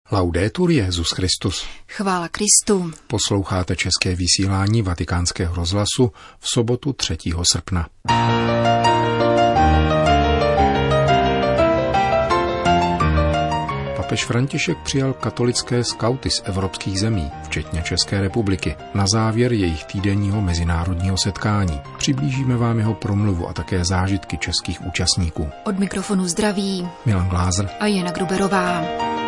Laudetur Jesus Christus. Chvála Kristu. Posloucháte české vysílání Vatikánského rozhlasu v sobotu 3. srpna. Papež František přijal katolické skauty z evropských zemí, včetně České republiky, na závěr jejich týdenního mezinárodního setkání. Přiblížíme vám jeho promluvu a také zážitky českých účastníků. Od mikrofonu zdraví Milan Glázer a Jana Gruberová.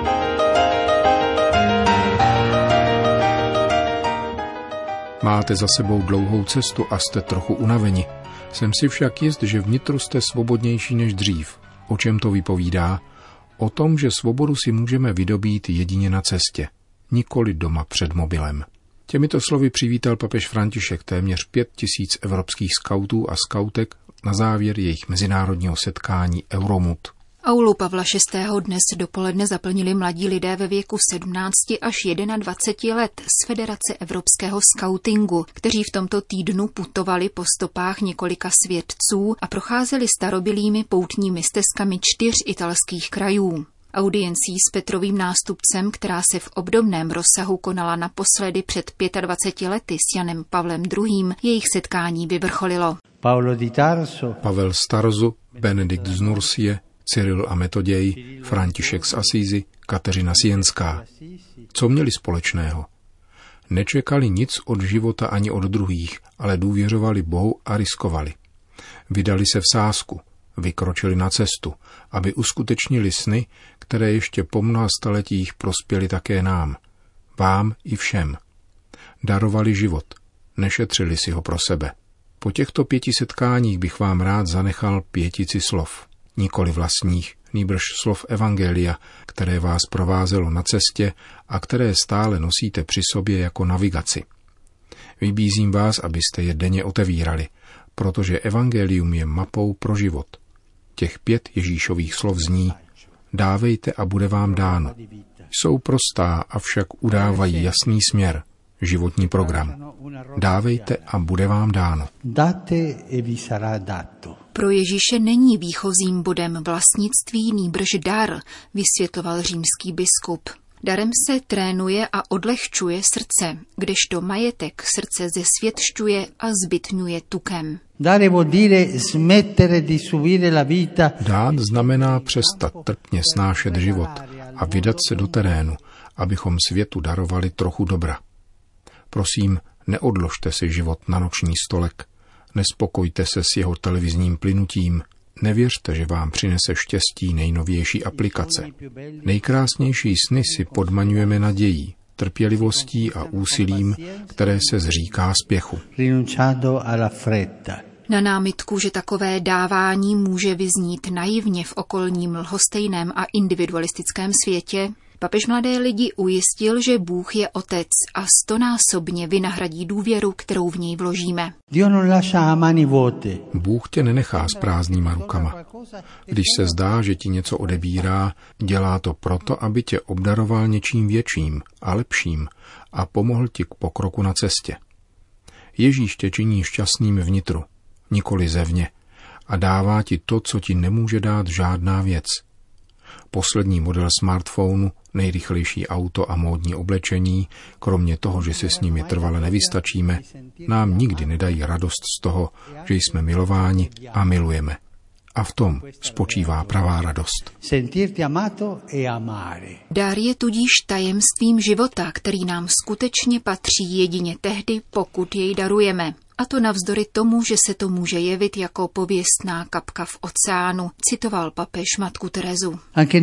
Máte za sebou dlouhou cestu a jste trochu unaveni. Jsem si však jist, že vnitru jste svobodnější než dřív. O čem to vypovídá? O tom, že svobodu si můžeme vydobít jedině na cestě, nikoli doma před mobilem. Těmito slovy přivítal papež František téměř 5 000 evropských skautů a skautek na závěr jejich mezinárodního setkání Euromut. Aulu Pavla VI. Dnes dopoledne zaplnili mladí lidé ve věku 17 až 21 let z Federace evropského skautingu, kteří v tomto týdnu putovali po stopách několika svědců a procházeli starobylými poutními stezkami 4 italských krajů. Audiencí s Petrovým nástupcem, která se v obdobném rozsahu konala naposledy před 25 lety s Janem Pavlem II., jejich setkání vyvrcholilo. Pavel z Tarzu, Benedikt z Nursie, Cyril a Metoděj, František z Asízy, Kateřina Sienská. Co měli společného? Nečekali nic od života ani od druhých, ale důvěřovali Bohu a riskovali. Vydali se v sázku, vykročili na cestu, aby uskutečnili sny, které ještě po mnoha staletích prospěly také nám, vám i všem. Darovali život, nešetřili si ho pro sebe. Po těchto 5 setkáních bych vám rád zanechal 5 slov. Nikoli vlastních, nýbrž slov Evangelia, které vás provázelo na cestě a které stále nosíte při sobě jako navigaci. Vybízím vás, abyste je denně otevírali, protože Evangelium je mapou pro život. Těch 5 Ježíšových slov zní: dávejte a bude vám dáno. Jsou prostá, avšak udávají jasný směr, životní program. Dávejte a bude vám dáno. Pro Ježíše není výchozím bodem vlastnictví, nýbrž dar, vysvětloval římský biskup. Darem se trénuje a odlehčuje srdce, kdežto majetek srdce zesvětšťuje a zbytňuje tukem. Dát znamená přestat trpně snášet život a vydat se do terénu, abychom světu darovali trochu dobra. Prosím, neodložte si život na noční stolek, nespokojte se s jeho televizním plynutím, nevěřte, že vám přinese štěstí nejnovější aplikace. Nejkrásnější sny si podmaňujeme nadějí, trpělivostí a úsilím, které se zříká spěchu. Na námitku, že takové dávání může vyznít naivně v okolním lhostejném a individualistickém světě, papež mladé lidi ujistil, že Bůh je otec a 100násobně vynahradí důvěru, kterou v něj vložíme. Bůh tě nenechá s prázdnýma rukama. Když se zdá, že ti něco odebírá, dělá to proto, aby tě obdaroval něčím větším a lepším a pomohl ti k pokroku na cestě. Ježíš tě činí šťastným vnitru, nikoli zevně, a dává ti to, co ti nemůže dát žádná věc. Poslední model smartphonu, nejrychlejší auto a módní oblečení, kromě toho, že se s nimi trvale nevystačíme, nám nikdy nedají radost z toho, že jsme milováni a milujeme. A v tom spočívá pravá radost. Dar je tudíž tajemstvím života, který nám skutečně patří jedině tehdy, pokud jej darujeme. A to navzdory tomu, že se to může jevit jako pověstná kapka v oceánu, citoval papež matku Terezu.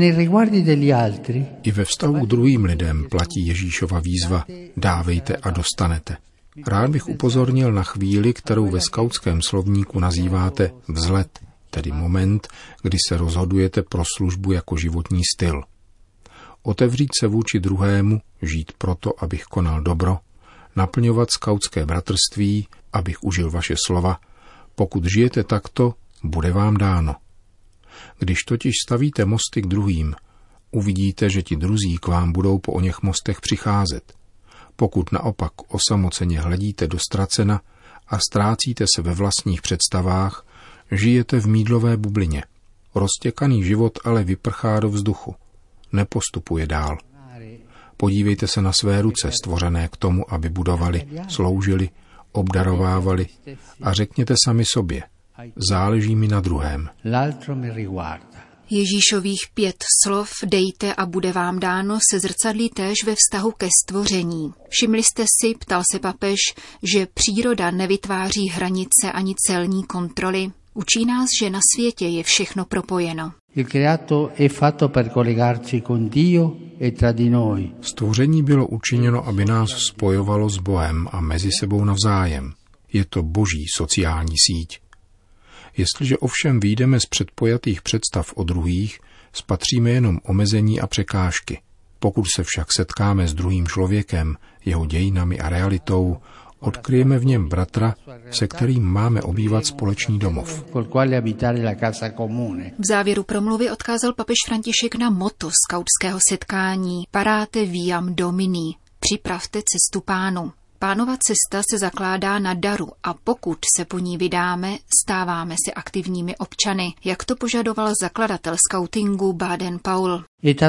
I ve vztahu k druhým lidem platí Ježíšova výzva: dávejte a dostanete. Rád bych upozornil na chvíli, kterou ve skautském slovníku nazýváte vzlet, tedy moment, kdy se rozhodujete pro službu jako životní styl. Otevřít se vůči druhému, žít proto, abych konal dobro, naplňovat skautské bratrství, abych užil vaše slova. Pokud žijete takto, bude vám dáno. Když totiž stavíte mosty k druhým, uvidíte, že ti druzí k vám budou po oněch mostech přicházet. Pokud naopak osamoceně hledíte do ztracena a ztrácíte se ve vlastních představách, žijete v mýdlové bublině. Roztěkaný život ale vyprchá do vzduchu. Nepostupuje dál. Podívejte se na své ruce, stvořené k tomu, aby budovali, sloužili, obdarovávali a řekněte sami sobě, záleží mi na druhém. Ježíšových 5 slov dejte a bude vám dáno se zrcadlí též ve vztahu ke stvoření. Všimli jste si, ptal se papež, že příroda nevytváří hranice ani celní kontroly. Učí nás, že na světě je všechno propojeno. Stvoření bylo učiněno, aby nás spojovalo s Bohem a mezi sebou navzájem. Je to boží sociální síť. Jestliže ovšem vyjdeme z předpojatých představ o druhých, spatříme jenom omezení a překážky. Pokud se však setkáme s druhým člověkem, jeho dějinami a realitou, odkryjeme v něm bratra, se kterým máme obývat společný domov. V závěru promluvy odkázal papež František na motto skautského setkání Parate viam Domini. Připravte cestu Pánu. Pánova cesta se zakládá na daru a pokud se po ní vydáme, stáváme se aktivními občany, jak to požadoval zakladatel skautingu Baden-Powell.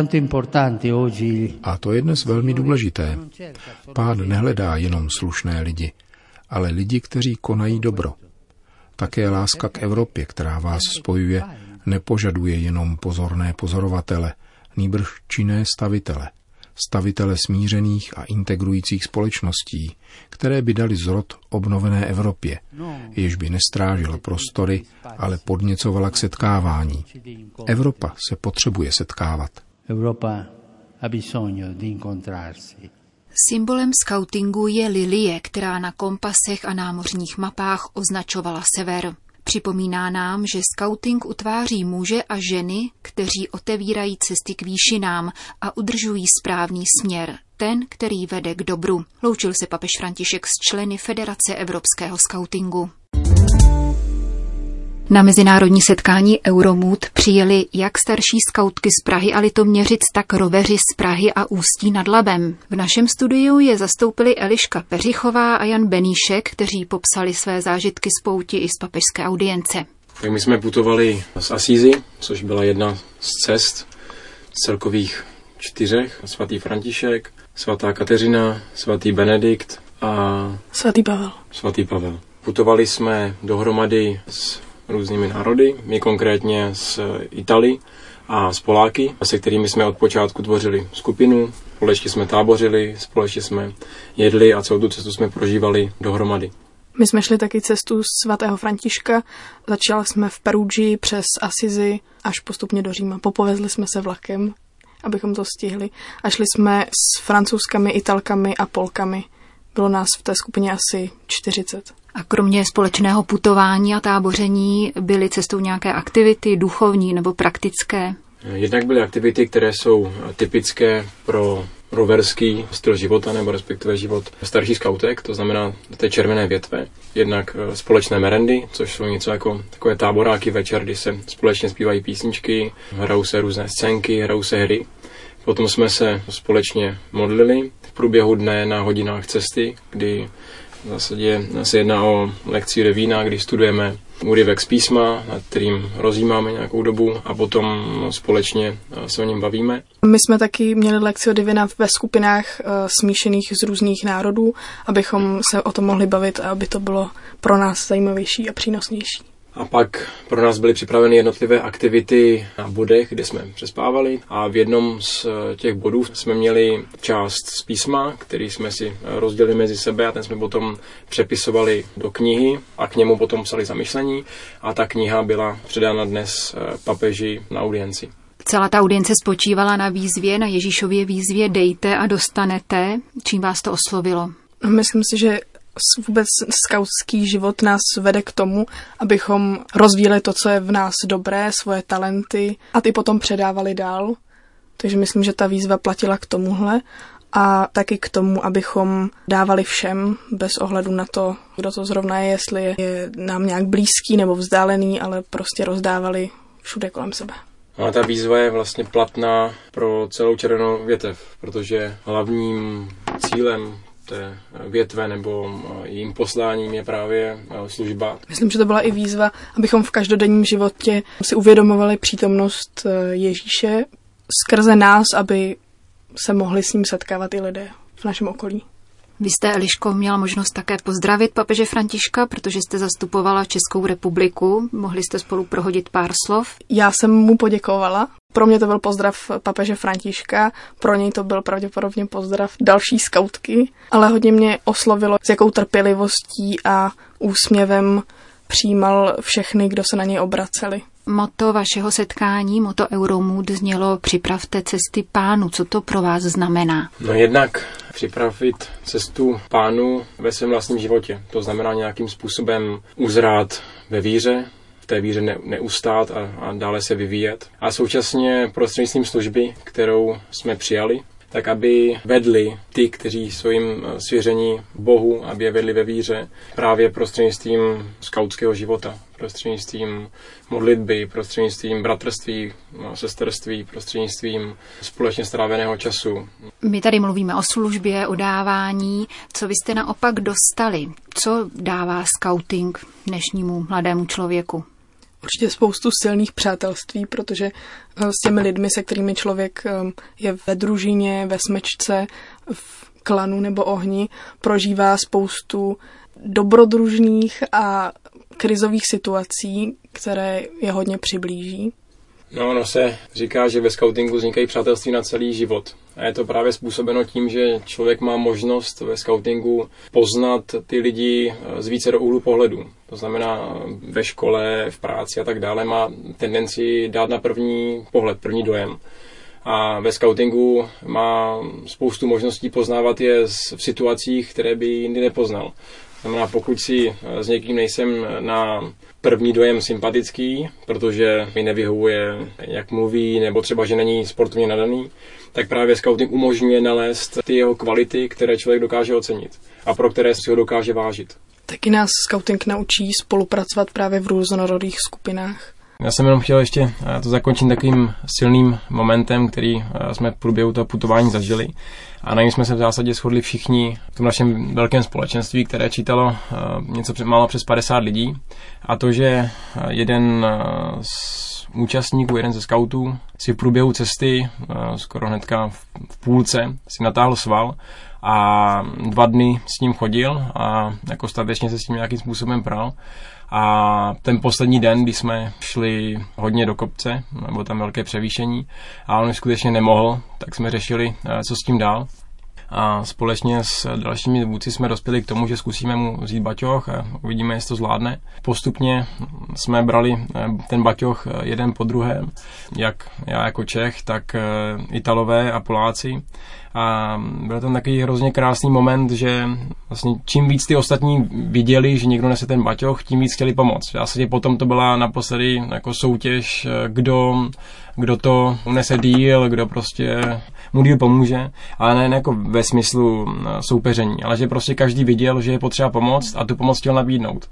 A to je dnes velmi důležité. Pán nehledá jenom slušné lidi, ale lidi, kteří konají dobro. Také láska k Evropě, která vás spojuje, nepožaduje jenom pozorné pozorovatele, nýbrž činné stavitele. Stavitele smířených a integrujících společností, které by dali zrod obnovené Evropě, jež by nestrážila prostory, ale podněcovala k setkávání. Evropa se potřebuje setkávat. Symbolem skautingu je lilie, která na kompasech a námořních mapách označovala sever. Připomíná nám, že skauting utváří muže a ženy, kteří otevírají cesty k výšinám a udržují správný směr, ten, který vede k dobru. Loučil se papež František s členy Federace evropského skautingu. Na mezinárodní setkání Euromood přijeli jak starší skautky z Prahy a Litoměřic, tak roveři z Prahy a Ústí nad Labem. V našem studiu je zastoupili Eliška Peřichová a Jan Beníšek, kteří popsali své zážitky z pouti i z papežské audience. Tak my jsme putovali z Asízy, což byla jedna z cest z celkových 4, svatý František, svatá Kateřina, svatý Benedikt a svatý Pavel. Putovali jsme dohromady s různými národy, my konkrétně z Italii a z Poláky, se kterými jsme od počátku tvořili skupinu, společně jsme tábořili, společně jsme jedli a celou tu cestu jsme prožívali dohromady. My jsme šli taky cestu svatého Františka, začali jsme v Perugii přes Asízy až postupně do Říma. Popovezli jsme se vlakem, abychom to stihli a šli jsme s Francouzkami, Italkami a Polkami. Bylo nás v té skupině asi 40. A kromě společného putování a táboření byly cestou nějaké aktivity duchovní nebo praktické? Jednak byly aktivity, které jsou typické pro roverský styl života nebo respektive život starších skautek, to znamená té červené větve. Jednak společné merendy, což jsou něco jako takové táboráky večer, kdy se společně zpívají písničky, hrajou se různé scénky, hrajou se hry. Potom jsme se společně modlili v průběhu dne na hodinách cesty, kdy v zásadě se jedná o lekci revína, kdy studujeme úryvek z písma, nad kterým rozjímáme nějakou dobu a potom společně se o něm bavíme. My jsme taky měli lekci divina ve skupinách smíšených z různých národů, abychom se o tom mohli bavit a aby to bylo pro nás zajímavější a přínosnější. A pak pro nás byly připraveny jednotlivé aktivity na bodech, kde jsme přespávali a v jednom z těch bodů jsme měli část z písma, který jsme si rozdělili mezi sebe a ten jsme potom přepisovali do knihy a k němu potom psali zamyšlení a ta kniha byla předána dnes papeži na audienci. Celá ta audience spočívala na výzvě, na Ježíšově výzvě dejte a dostanete. Čím vás to oslovilo? Myslím si, že vůbec skautský život nás vede k tomu, abychom rozvíjeli to, co je v nás dobré, svoje talenty a ty potom předávali dál. Takže myslím, že ta výzva platila k tomuhle a taky k tomu, abychom dávali všem bez ohledu na to, kdo to zrovna je, jestli je nám nějak blízký nebo vzdálený, ale prostě rozdávali všude kolem sebe. A ta výzva je vlastně platná pro celou červenou větev, protože hlavním cílem té větve nebo jejím posláním je právě služba. Myslím, že to byla i výzva, abychom v každodenním životě si uvědomovali přítomnost Ježíše skrze nás, aby se mohli s ním setkávat i lidé v našem okolí. Vy jste, Eliško, měla možnost také pozdravit papeže Františka, protože jste zastupovala Českou republiku. Mohli jste spolu prohodit pár slov? Já jsem mu poděkovala. Pro mě to byl pozdrav papeže Františka, pro něj to byl pravděpodobně pozdrav další skautky, ale hodně mě oslovilo, s jakou trpělivostí a úsměvem přijímal všechny, kdo se na něj obraceli. Motto vašeho setkání, motto Euromood znělo připravte cesty Pánu. Co to pro vás znamená? No jednak připravit cestu Pánu ve svém vlastním životě. To znamená nějakým způsobem uzrát ve víře, v té víře neustát a dále se vyvíjet. A současně prostřednictvím služby, kterou jsme přijali, tak aby vedli ty, kteří jsou jim svěření Bohu, aby je vedli ve víře právě prostřednictvím skautského života, prostřednictvím modlitby, prostřednictvím bratrství, sesterství, prostřednictvím společně stráveného času. My tady mluvíme o službě, o dávání. Co vy jste naopak dostali? Co dává skauting dnešnímu mladému člověku? Určitě spoustu silných přátelství, protože s těmi lidmi, se kterými člověk je ve družině, ve smečce, v klanu nebo ohni, prožívá spoustu dobrodružných a krizových situací, které je hodně přiblíží. No, ono se říká, že ve skautingu vznikají přátelství na celý život. A je to právě způsobeno tím, že člověk má možnost ve skautingu poznat ty lidi z více do úhlu pohledu. To znamená ve škole, v práci a tak dále má tendenci dát na první pohled, první dojem. A ve skautingu má spoustu možností poznávat je v situacích, které by jindy nepoznal. Znamená, pokud si s někým nejsem na první dojem sympatický, protože mi nevyhovuje, jak mluví, nebo třeba, že není sportovně nadaný, tak právě skauting umožňuje nalézt ty jeho kvality, které člověk dokáže ocenit a pro které si ho dokáže vážit. Taky nás skauting naučí spolupracovat právě v různorodých skupinách. Já jsem jenom chtěl ještě to zakončit takovým silným momentem, který jsme v průběhu toho putování zažili. A na něm jsme se v zásadě shodli všichni v tom našem velkém společenství, které čítalo něco málo přes 50 lidí. A to, že jeden z účastníků, jeden ze skautů, si v průběhu cesty, skoro hnedka v půlce, si natáhl sval a 2 dny s ním chodil a jako statečně se s tím nějakým způsobem pral. A ten poslední den, kdy jsme šli hodně do kopce, nebo tam velké převýšení, a on skutečně nemohl, tak jsme řešili, co s tím dál. A společně s dalšími vůdci jsme dospěli k tomu, že zkusíme mu vzít baťoch a uvidíme, jestli to zvládne. Postupně jsme brali ten baťoch jeden po druhém, jak já jako Čech, tak Italové a Poláci. A byl tam takový hrozně krásný moment, že vlastně čím víc ty ostatní viděli, že někdo nese ten baťoch, tím víc chtěli pomoct. Vlastně potom to byla naposledy jako soutěž, kdo to unese díl, kdo prostě mu díl pomůže, ale ne jako ve smyslu soupeření, ale že prostě každý viděl, že je potřeba pomoct a tu pomoc chtěl nabídnout.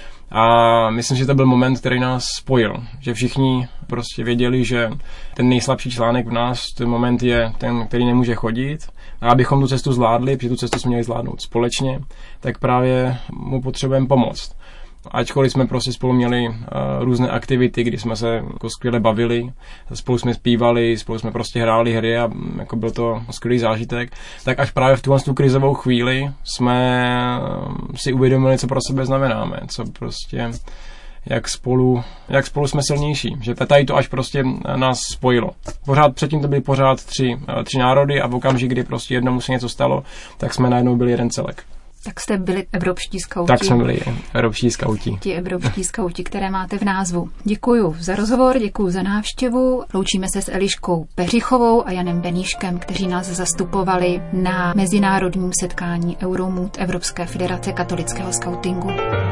A myslím, že to byl moment, který nás spojil, že všichni prostě věděli, že ten nejslabší článek v nás ten moment je ten, který nemůže chodit, a abychom tu cestu zvládli, protože tu cestu jsme měli zvládnout společně, tak právě mu potřebujeme pomoct. Ačkoliv jsme prostě spolu měli různé aktivity, kdy jsme se jako skvěle bavili, spolu jsme zpívali, spolu jsme prostě hráli hry a jako byl to skvělý zážitek, tak až právě v tu krizovou chvíli jsme si uvědomili, co pro sebe znamenáme, co prostě, jak spolu jsme silnější, že tady to až prostě nás spojilo. Předtím to byly pořád tři národy a v okamžik, kdy prostě jednomu se něco stalo, tak jsme najednou byli jeden celek. Tak jste byli evropští skauti. Tak jsme byli evropští skauti. Ti evropští skauti, které máte v názvu. Děkuju za rozhovor, děkuju za návštěvu. Loučíme se s Eliškou Peřichovou a Janem Beníškem, kteří nás zastupovali na mezinárodním setkání Euromood Evropské federace katolického skautingu.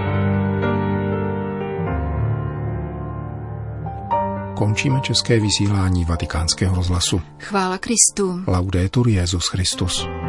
Končíme české vysílání Vatikánského rozhlasu. Chvála Kristu. Laudetur Jesus Christus.